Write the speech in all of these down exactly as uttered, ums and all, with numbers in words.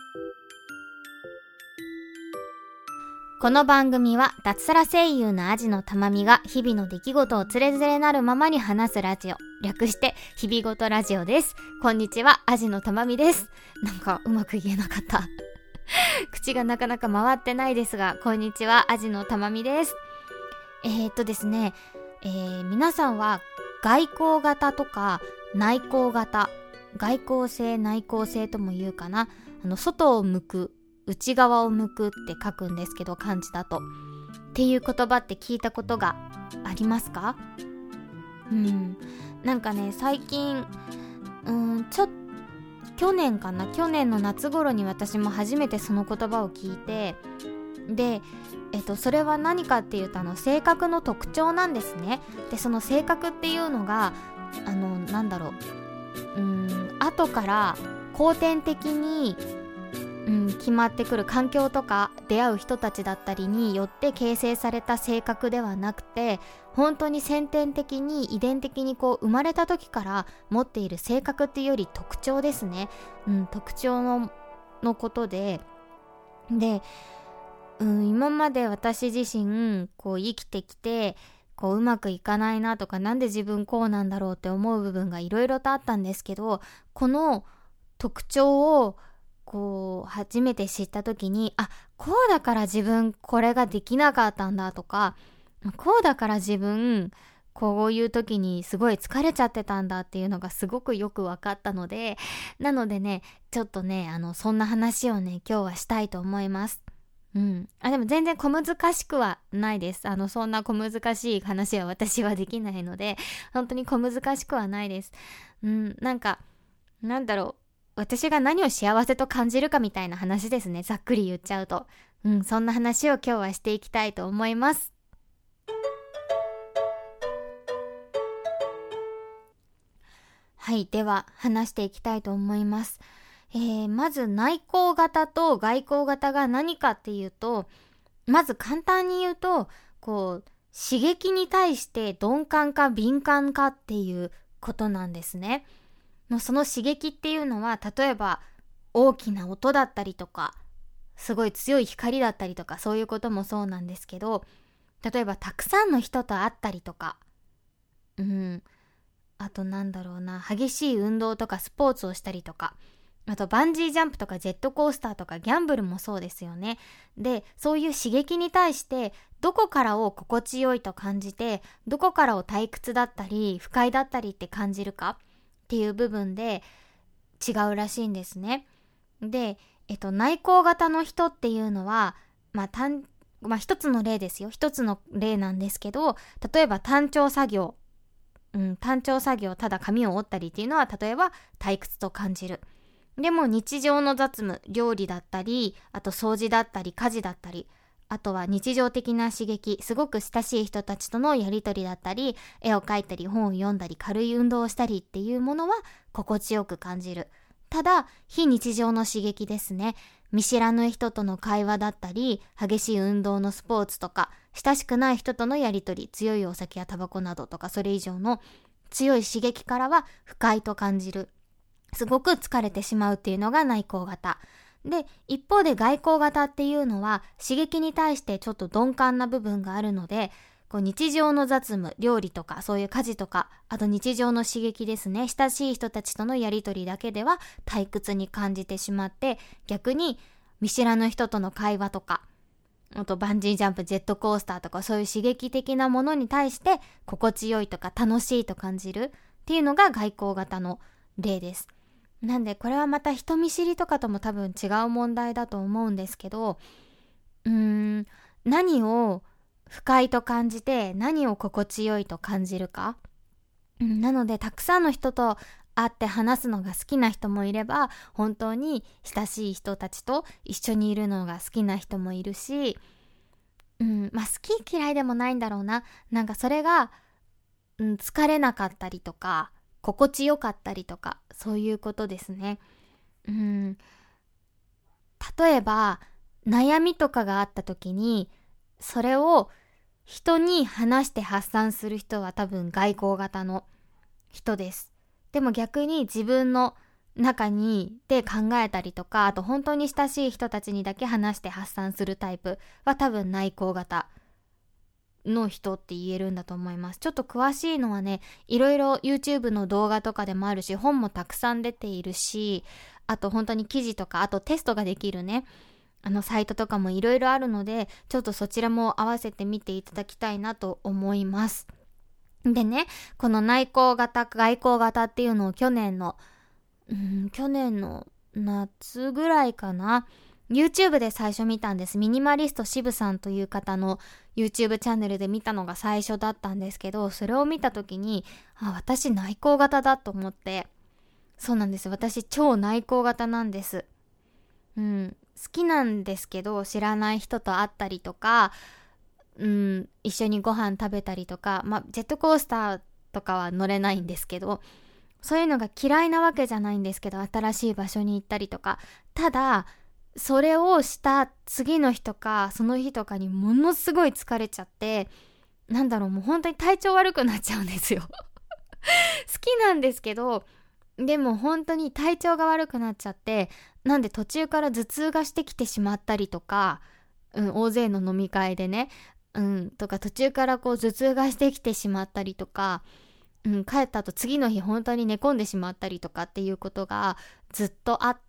この番組は脱サラ声優のアジのたまみが日々の出来事をつれづれなるままに話すラジオ、略して日々ごとラジオです。こんにちは、アジのたまみです。なんかうまく言えなかった口がなかなか回ってないですが、こんにちは、アジのたまみです。えー、っとですね、えー、皆さんは外向型とか内向型、外向性内向性とも言うかな、あの外を向く、内側を向くって書くんですけど、漢字だとっていう言葉って聞いたことがありますか？うんなんかね、最近うんちょっ去年かな去年の夏頃に私も初めてその言葉を聞いて、でえっとそれは何かっていうと、あの性格の特徴なんですね。でその性格っていうのがあのなんだろううーん後から後天的にうん、決まってくる環境とか出会う人たちだったりによって形成された性格ではなくて、本当に先天的に遺伝的にこう生まれた時から持っている性格っていうより特徴ですね、うん、特徴の、のことでで、うん、今まで私自身こう生きてきてこううまくいかないなとか、なんで自分こうなんだろうって思う部分がいろいろとあったんですけど、この特徴をこう初めて知った時に、あ、こうだから自分これができなかったんだとか、こうだから自分こういう時にすごい疲れちゃってたんだっていうのがすごくよく分かったので、なのでね、ちょっとね、あのそんな話をね今日はしたいと思います。うん、あでも全然小難しくはないです。あのそんな小難しい話は私はできないので、本当に小難しくはないです。うん、なんかなんだろう、私が何を幸せと感じるかみたいな話ですね、ざっくり言っちゃうと。うん、そんな話を今日はしていきたいと思います。はい、では話していきたいと思います。えー、まず内向型と外向型が何かっていうと、まず簡単に言うと、こう刺激に対して鈍感か敏感かっていうことなんですね。のその刺激っていうのは、例えば大きな音だったりとか、すごい強い光だったりとか、そういうこともそうなんですけど、例えばたくさんの人と会ったりとか、うんあとなんだろうな、激しい運動とかスポーツをしたりとか、あとバンジージャンプとかジェットコースターとかギャンブルもそうですよね。でそういう刺激に対してどこからを心地よいと感じて、どこからを退屈だったり不快だったりって感じるかっていう部分で違うらしいんですね。で、えっと、内向型の人っていうのは、まあ、単まあ、一つの例ですよ。一つの例なんですけど、例えば単調作業、うん、単調作業、ただ紙を折ったりっていうのは、例えば退屈と感じる。でも日常の雑務、料理だったり、あと掃除だったり、家事だったり、あとは日常的な刺激、すごく親しい人たちとのやりとりだったり、絵を描いたり本を読んだり軽い運動をしたりっていうものは心地よく感じる。ただ非日常の刺激ですね、見知らぬ人との会話だったり、激しい運動のスポーツとか、親しくない人とのやりとり、強いお酒やタバコなどとか、それ以上の強い刺激からは不快と感じる。すごく疲れてしまうっていうのが内向型で、一方で外向型っていうのは刺激に対してちょっと鈍感な部分があるので、こう日常の雑務、料理とかそういう家事とか、あと日常の刺激ですね、親しい人たちとのやりとりだけでは退屈に感じてしまって、逆に見知らぬ人との会話とか、あとバンジージャンプ、ジェットコースターとか、そういう刺激的なものに対して心地よいとか楽しいと感じるっていうのが外向型の例です。なんでこれはまた人見知りとかとも多分違う問題だと思うんですけど、うーん何を不快と感じて何を心地よいと感じるか、うん、なのでたくさんの人と会って話すのが好きな人もいれば、本当に親しい人たちと一緒にいるのが好きな人もいるし、うんまあ好き嫌いでもないんだろうな。なんかそれが、うん、疲れなかったりとか心地よかったりとか、そういうことですね。うん、例えば悩みとかがあった時に、それを人に話して発散する人は多分外向型の人です。でも逆に自分の中にで考えたりとか、あと本当に親しい人たちにだけ話して発散するタイプは多分内向型の人って言えるんだと思います。ちょっと詳しいのはね、いろいろ YouTube の動画とかでもあるし、本もたくさん出ているし、あと本当に記事とか、あとテストができるね、あのサイトとかもいろいろあるので、ちょっとそちらも合わせて見ていただきたいなと思います。でね、この内向型、外向型っていうのを去年の、うん、去年の夏ぐらいかな、YouTube で最初見たんです。ミニマリスト渋さんという方の YouTube チャンネルで見たのが最初だったんですけど、それを見た時に、あ、私内向型だと思って、そうなんです。私超内向型なんです。うん、好きなんですけど、知らない人と会ったりとか、うん、一緒にご飯食べたりとか、まあ、ジェットコースターとかは乗れないんですけど、そういうのが嫌いなわけじゃないんですけど、新しい場所に行ったりとか、ただ、それをした次の日とか、その日とかにものすごい疲れちゃって、なんだろう、もう本当に体調悪くなっちゃうんですよ。好きなんですけど、でも本当に体調が悪くなっちゃって、なんで途中から頭痛がしてきてしまったりとか、うん、大勢の飲み会でね、うん、とか途中からこう頭痛がしてきてしまったりとか、うん、帰った後次の日本当に寝込んでしまったりとかっていうことがずっとあって、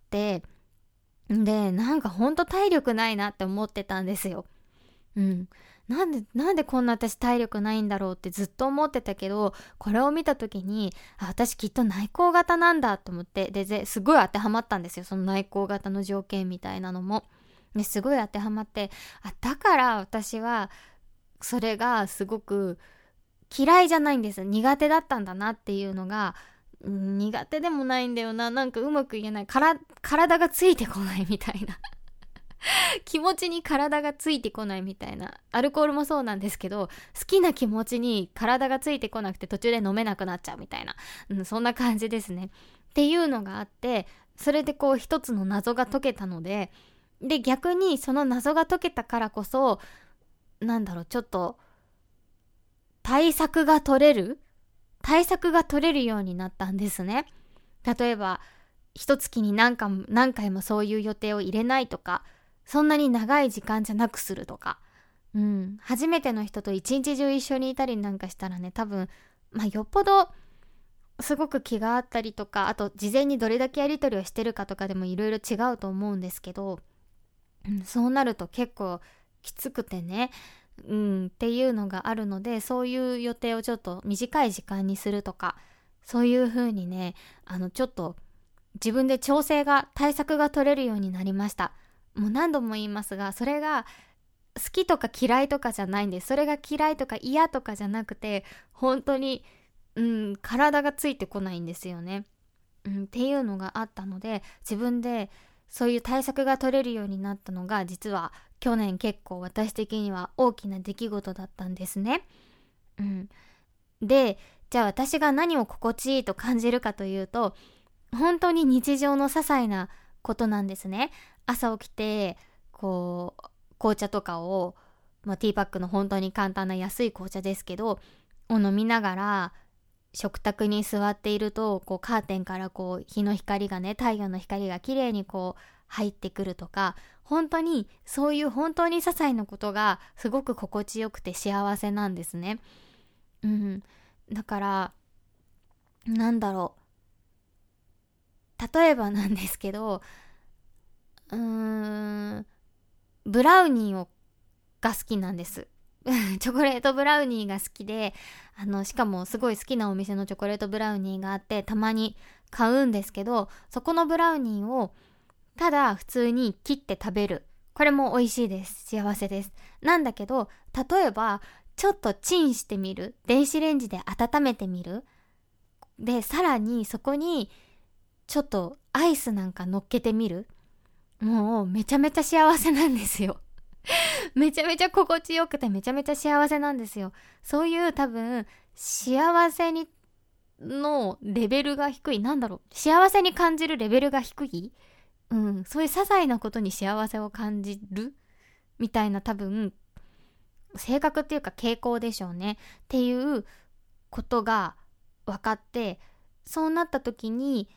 で、なんか本当体力ないなって思ってたんですよ。うん。なんで、なんでこんな私体力ないんだろうってずっと思ってたけど、これを見た時に、あ、私きっと内向型なんだと思って、で、ですごい当てはまったんですよ。その内向型の条件みたいなのも。ですごい当てはまって、あ、だから私は、それがすごく嫌いじゃないんです。苦手だったんだなっていうのが、苦手でもないんだよな。なんかうまく言えない。から体がついてこないみたいな。気持ちに体がついてこないみたいな。アルコールもそうなんですけど、好きな気持ちに体がついてこなくて途中で飲めなくなっちゃうみたいな。うん、そんな感じですね。っていうのがあって、それでこう一つの謎が解けたので、で逆にその謎が解けたからこそ、なんだろう、ちょっと対策が取れる対策が取れるようになったんですね。例えば一月に何回も何回もそういう予定を入れないとか、そんなに長い時間じゃなくするとか、うん、初めての人と一日中一緒にいたりなんかしたらね、多分、まあ、よっぽどすごく気があったりとか、あと事前にどれだけやり取りをしてるかとかでもいろいろ違うと思うんですけど、うん、そうなると結構きつくてね、うん、っていうのがあるので、そういう予定をちょっと短い時間にするとか、そういう風にね、あのちょっと自分で調整が対策が取れるようになりました。もう何度も言いますが、それが好きとか嫌いとかじゃないんです。それが嫌いとか嫌とかじゃなくて、本当に、うん、体がついてこないんですよね、うん、っていうのがあったので、自分でそういう対策が取れるようになったのが、実は去年結構私的には大きな出来事だったんですね。うん、で、じゃあ私が何を心地いいと感じるかというと、本当に日常の些細なことなんですね。朝起きてこう紅茶とかを、まあ、ティーパックの本当に簡単な安い紅茶ですけどを飲みながら食卓に座っていると、こうカーテンからこう日の光がね、太陽の光が綺麗にこう入ってくるとか、本当にそういう本当に些細なことがすごく心地よくて幸せなんですね。うん、だからなんだろう、例えばなんですけど、うーんブラウニーをが好きなんですチョコレートブラウニーが好きで、あのしかもすごい好きなお店のチョコレートブラウニーがあって、たまに買うんですけど、そこのブラウニーをただ普通に切って食べる、これも美味しいです。幸せです。なんだけど、例えばちょっとチンしてみる、電子レンジで温めてみる、でさらにそこにちょっとアイスなんか乗っけてみる、もうめちゃめちゃ幸せなんですよめちゃめちゃ心地よくてめちゃめちゃ幸せなんですよ。そういう多分幸せにのレベルが低い、なんだろう、幸せに感じるレベルが低い、うん、そういう些細なことに幸せを感じるみたいな、多分性格っていうか傾向でしょうねっていうことが分かって、そうなった時に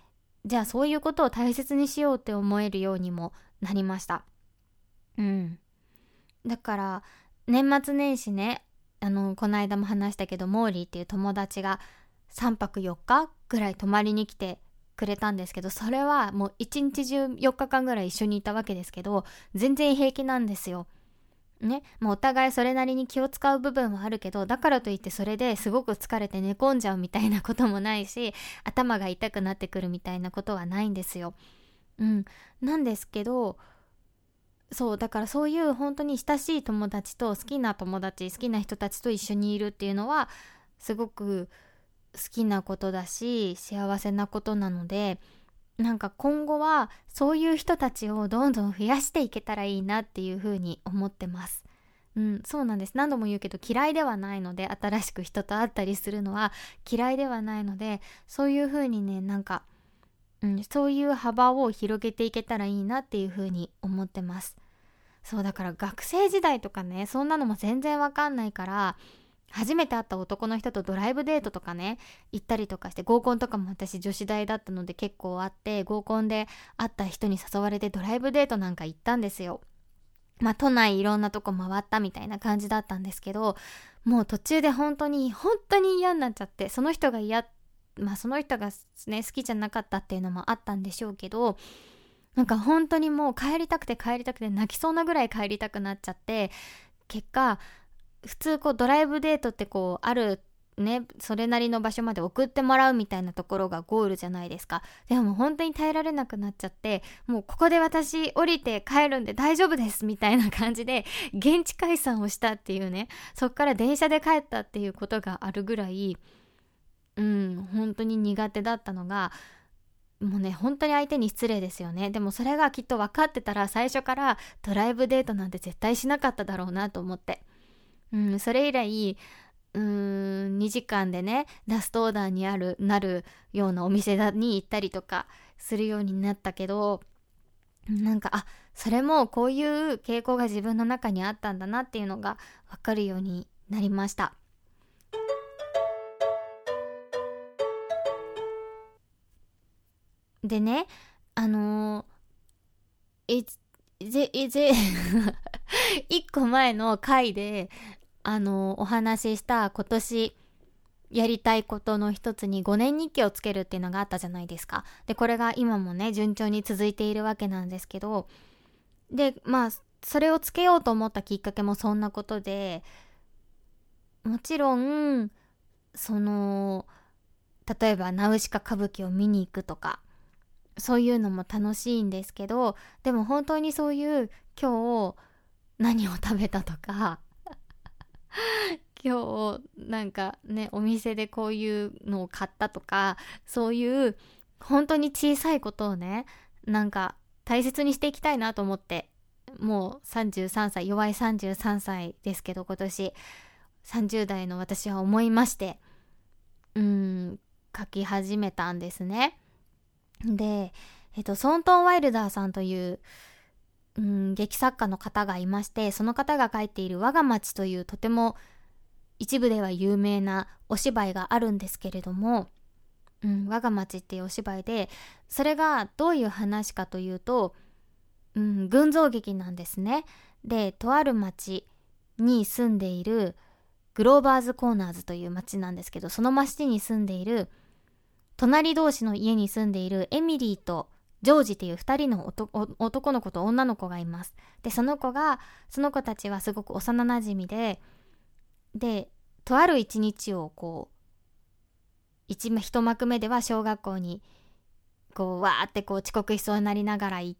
じゃあそういうことを大切にしようって思えるようにもなりました。うんだから年末年始ね、あのこの間も話したけど、モーリーっていう友達がさんぱくよっかぐらい泊まりに来てくれたんですけど、それはもう一日中よっかかんぐらい一緒にいたわけですけど、全然平気なんですよね。もうお互いそれなりに気を使う部分はあるけど、だからといってそれですごく疲れて寝込んじゃうみたいなこともないし、頭が痛くなってくるみたいなことはないんですよ。うんなんですけど、そうだからそういう本当に親しい友達と、好きな友達、好きな人たちと一緒にいるっていうのはすごく好きなことだし、幸せなことなので、なんか今後はそういう人たちをどんどん増やしていけたらいいなっていうふうに思ってます。うん、そうなんです。何度も言うけど嫌いではないので、新しく人と会ったりするのは嫌いではないので、そういうふうにね、なんか、うん、そういう幅を広げていけたらいいなっていうふうに思ってます。そうだから学生時代とかね、そんなのも全然わかんないから、初めて会った男の人とドライブデートとかね行ったりとかして、合コンとかも私女子大だったので結構あって、合コンで会った人に誘われてドライブデートなんか行ったんですよ。まあ都内いろんなとこ回ったみたいな感じだったんですけど、もう途中で本当に本当に嫌になっちゃって、その人が嫌、まあその人がね好きじゃなかったっていうのもあったんでしょうけど、なんか本当にもう帰りたくて帰りたくて泣きそうなぐらい帰りたくなっちゃって、結果普通こうドライブデートってこうあるね、それなりの場所まで送ってもらうみたいなところがゴールじゃないですか。でも本当に耐えられなくなっちゃって、もうここで私降りて帰るんで大丈夫ですみたいな感じで現地解散をしたっていうね、そっから電車で帰ったっていうことがあるぐらい、うん本当に苦手だったのが、もうね本当に相手に失礼ですよね。でもそれがきっと分かってたら、最初からドライブデートなんて絶対しなかっただろうなと思って、うん、それ以来うーんにじかんでねラストオーダーにあるなるようなお店に行ったりとかするようになったけど、なんかあそれもこういう傾向が自分の中にあったんだなっていうのが分かるようになりました。でね、あのー、いぜいぜ一個前の回であのーお話しした今年やりたいことの一つにごねん日記をつけるっていうのがあったじゃないですか。でこれが今もね順調に続いているわけなんですけど、でまあそれをつけようと思ったきっかけもそんなことで、もちろんその例えばナウシカ歌舞伎を見に行くとか、そういうのも楽しいんですけど、でも本当にそういう今日何を食べたとか今日なんかねお店でこういうのを買ったとか、そういう本当に小さいことをねなんか大切にしていきたいなと思って、もうさんじゅうさんさい、弱いさんじゅうさんさいですけど、今年さんじゅう代の私は思いまして、うーん書き始めたんですね。で、えっと、ソントン・ワイルダーさんという、うん、劇作家の方がいまして、その方が書いている我が町というとても一部では有名なお芝居があるんですけれども、うん、我が町っていうお芝居で、それがどういう話かというと、うん、群像劇なんですね。で、とある町に住んでいるグローバーズコーナーズという町なんですけど、その町に住んでいる隣同士の家に住んでいるエミリーとジョージっていう二人の男、男の子と女の子がいます。で、その子が、その子たちはすごく幼馴染で、で、とある一日をこう、一一幕目では小学校に、こう、わーってこう遅刻しそうになりながら行って、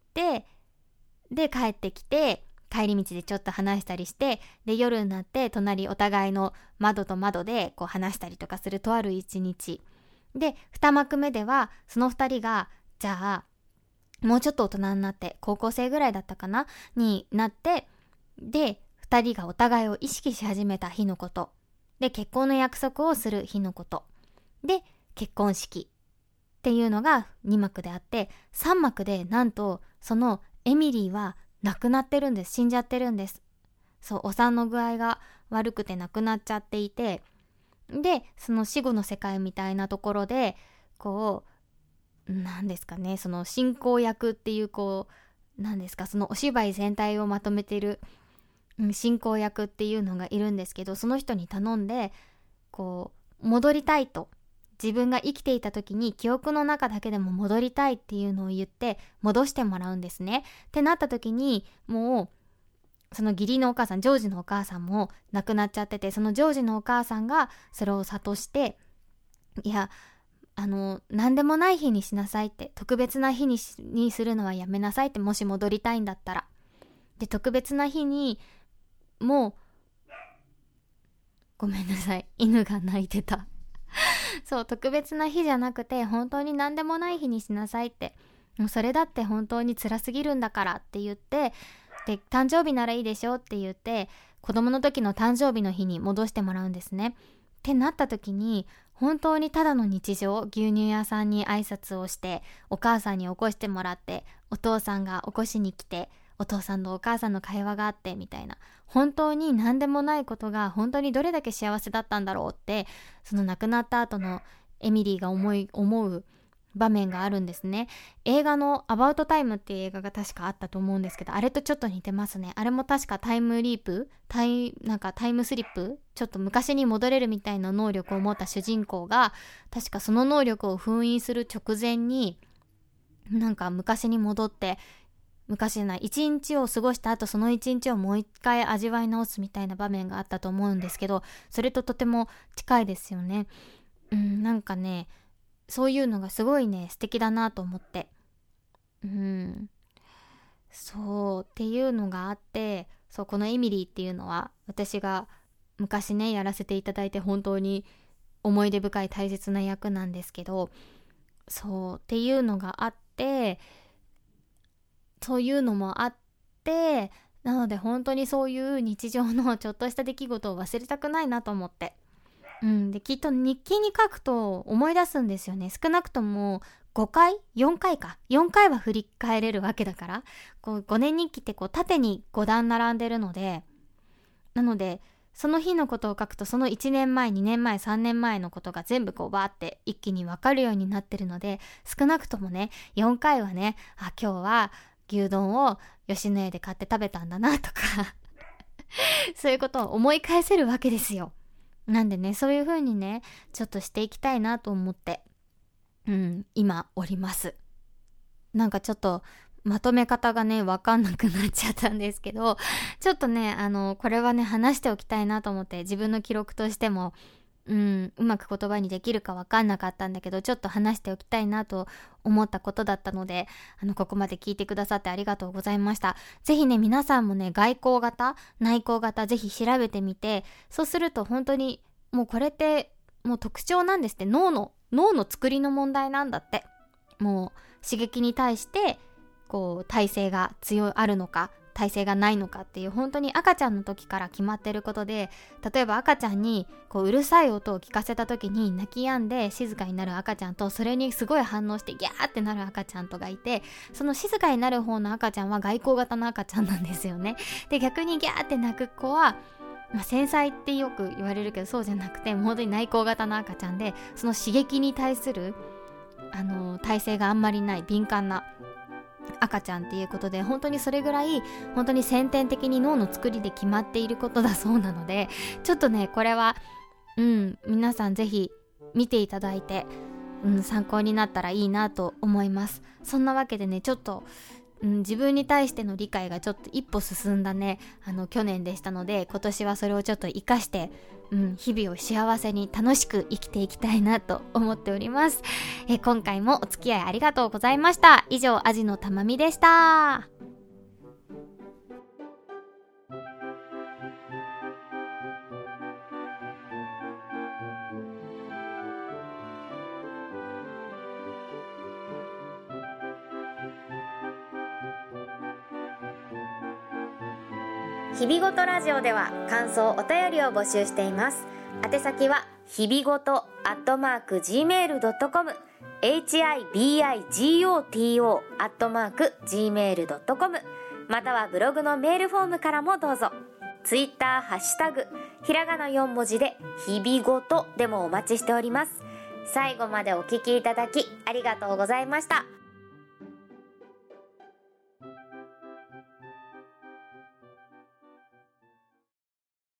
で、帰ってきて、帰り道でちょっと話したりして、で、夜になって隣お互いの窓と窓でこう話したりとかするとある一日。で、二幕目では、その二人が、じゃあ、もうちょっと大人になって、高校生ぐらいだったかなになって、で、二人がお互いを意識し始めた日のこと。で、結婚の約束をする日のこと。で、結婚式。っていうのがに幕であって、さん幕でなんと、そのエミリーは亡くなってるんです。死んじゃってるんです。そう、お産の具合が悪くて亡くなっちゃっていて、でその死後の世界みたいなところでこなんですかね、その進行役っていうこうなんですか、そのお芝居全体をまとめてる、うん、進行役っていうのがいるんですけど、その人に頼んでこう戻りたいと、自分が生きていた時に記憶の中だけでも戻りたいっていうのを言って戻してもらうんですね。ってなった時に、もうその義理のお母さん、ジョージのお母さんも亡くなっちゃってて、そのジョージのお母さんがそれを諭して、いやあの何でもない日にしなさいって、特別な日にしにするのはやめなさいって、もし戻りたいんだったら。で特別な日にもう、ごめんなさい、犬が鳴いてたそう特別な日じゃなくて本当に何でもない日にしなさいって、もうそれだって本当に辛すぎるんだからって言って、で誕生日ならいいでしょって言って子供の時の誕生日の日に戻してもらうんですね。ってなった時に、本当にただの日常、牛乳屋さんに挨拶をして、お母さんに起こしてもらって、お父さんが起こしに来て、お父さんとお母さんの会話があってみたいな、本当に何でもないことが本当にどれだけ幸せだったんだろうって、その亡くなった後のエミリーが思い思う場面があるんですね。映画のアバウトタイムっていう映画が確かあったと思うんですけど、あれとちょっと似てますね。あれも確かタイムリープタイなんかタイムスリップ、ちょっと昔に戻れるみたいな能力を持った主人公が、確かその能力を封印する直前になんか昔に戻って、昔じゃない一日を過ごした後、その一日をもう一回味わい直すみたいな場面があったと思うんですけど、それととても近いですよね。うん、なんかね、そういうのがすごいね素敵だなと思って、うん、そうっていうのがあって、そうこのエミリーっていうのは私が昔ねやらせていただいて本当に思い出深い大切な役なんですけど、そうっていうのがあって、そういうのもあって、なので本当にそういう日常のちょっとした出来事を忘れたくないなと思って、うん、できっと日記に書くと思い出すんですよね。少なくともごかいよんかいかよんかいは振り返れるわけだから、こうごねん日記ってこう縦にごだん並んでるので、なのでその日のことを書くと、そのいちねんまえにねんまえさんねんまえのことが全部こうバーって一気に分かるようになってるので、少なくともねよんかいはね、あ今日は牛丼を吉野家で買って食べたんだなとかそういうことを思い返せるわけですよ。なんでね、そういう風にねちょっとしていきたいなと思って、うん今おります。なんかちょっとまとめ方がねわかんなくなっちゃったんですけど、ちょっとねあのこれはね話しておきたいなと思って、自分の記録としてもうん、うまく言葉にできるかわかんなかったんだけど、ちょっと話しておきたいなと思ったことだったので、あのここまで聞いてくださってありがとうございました。ぜひね皆さんもね外向型内向型ぜひ調べてみて、そうすると本当にもうこれってもう特徴なんですって。脳の脳の作りの問題なんだって。もう刺激に対してこう耐性が強いあるのか耐性がないのかっていう、本当に赤ちゃんの時から決まってることで、例えば赤ちゃんにこううるさい音を聞かせた時に泣き止んで静かになる赤ちゃんと、それにすごい反応してギャーってなる赤ちゃんとがいて、その静かになる方の赤ちゃんは外向型の赤ちゃんなんですよね。で逆にギャーって泣く子は、まあ、繊細ってよく言われるけどそうじゃなくて、もう本当に内向型の赤ちゃんで、その刺激に対するあの耐性があんまりない敏感な赤ちゃんっていうことで、本当にそれぐらい本当に先天的に脳の作りで決まっていることだそうなので、ちょっとねこれはうん皆さんぜひ見ていただいて、うん、参考になったらいいなと思います。そんなわけでねちょっと、うん、自分に対しての理解がちょっと一歩進んだねあの去年でしたので、今年はそれをちょっと活かしてうん、日々を幸せに楽しく生きていきたいなと思っております。え今回もお付き合いありがとうございました。以上、アジのたまみでした。日々ごとラジオでは感想お便りを募集しています。宛先は日々ごとアットマーク ジーメールドットコム ヒビゴト アットマーク ジーメールドットコム またはブログのメールフォームからもどうぞ。ツイッターハッシュタグひらがなよん文字で日々ごとでもお待ちしております。 最後までお聞きいただきありがとうございました。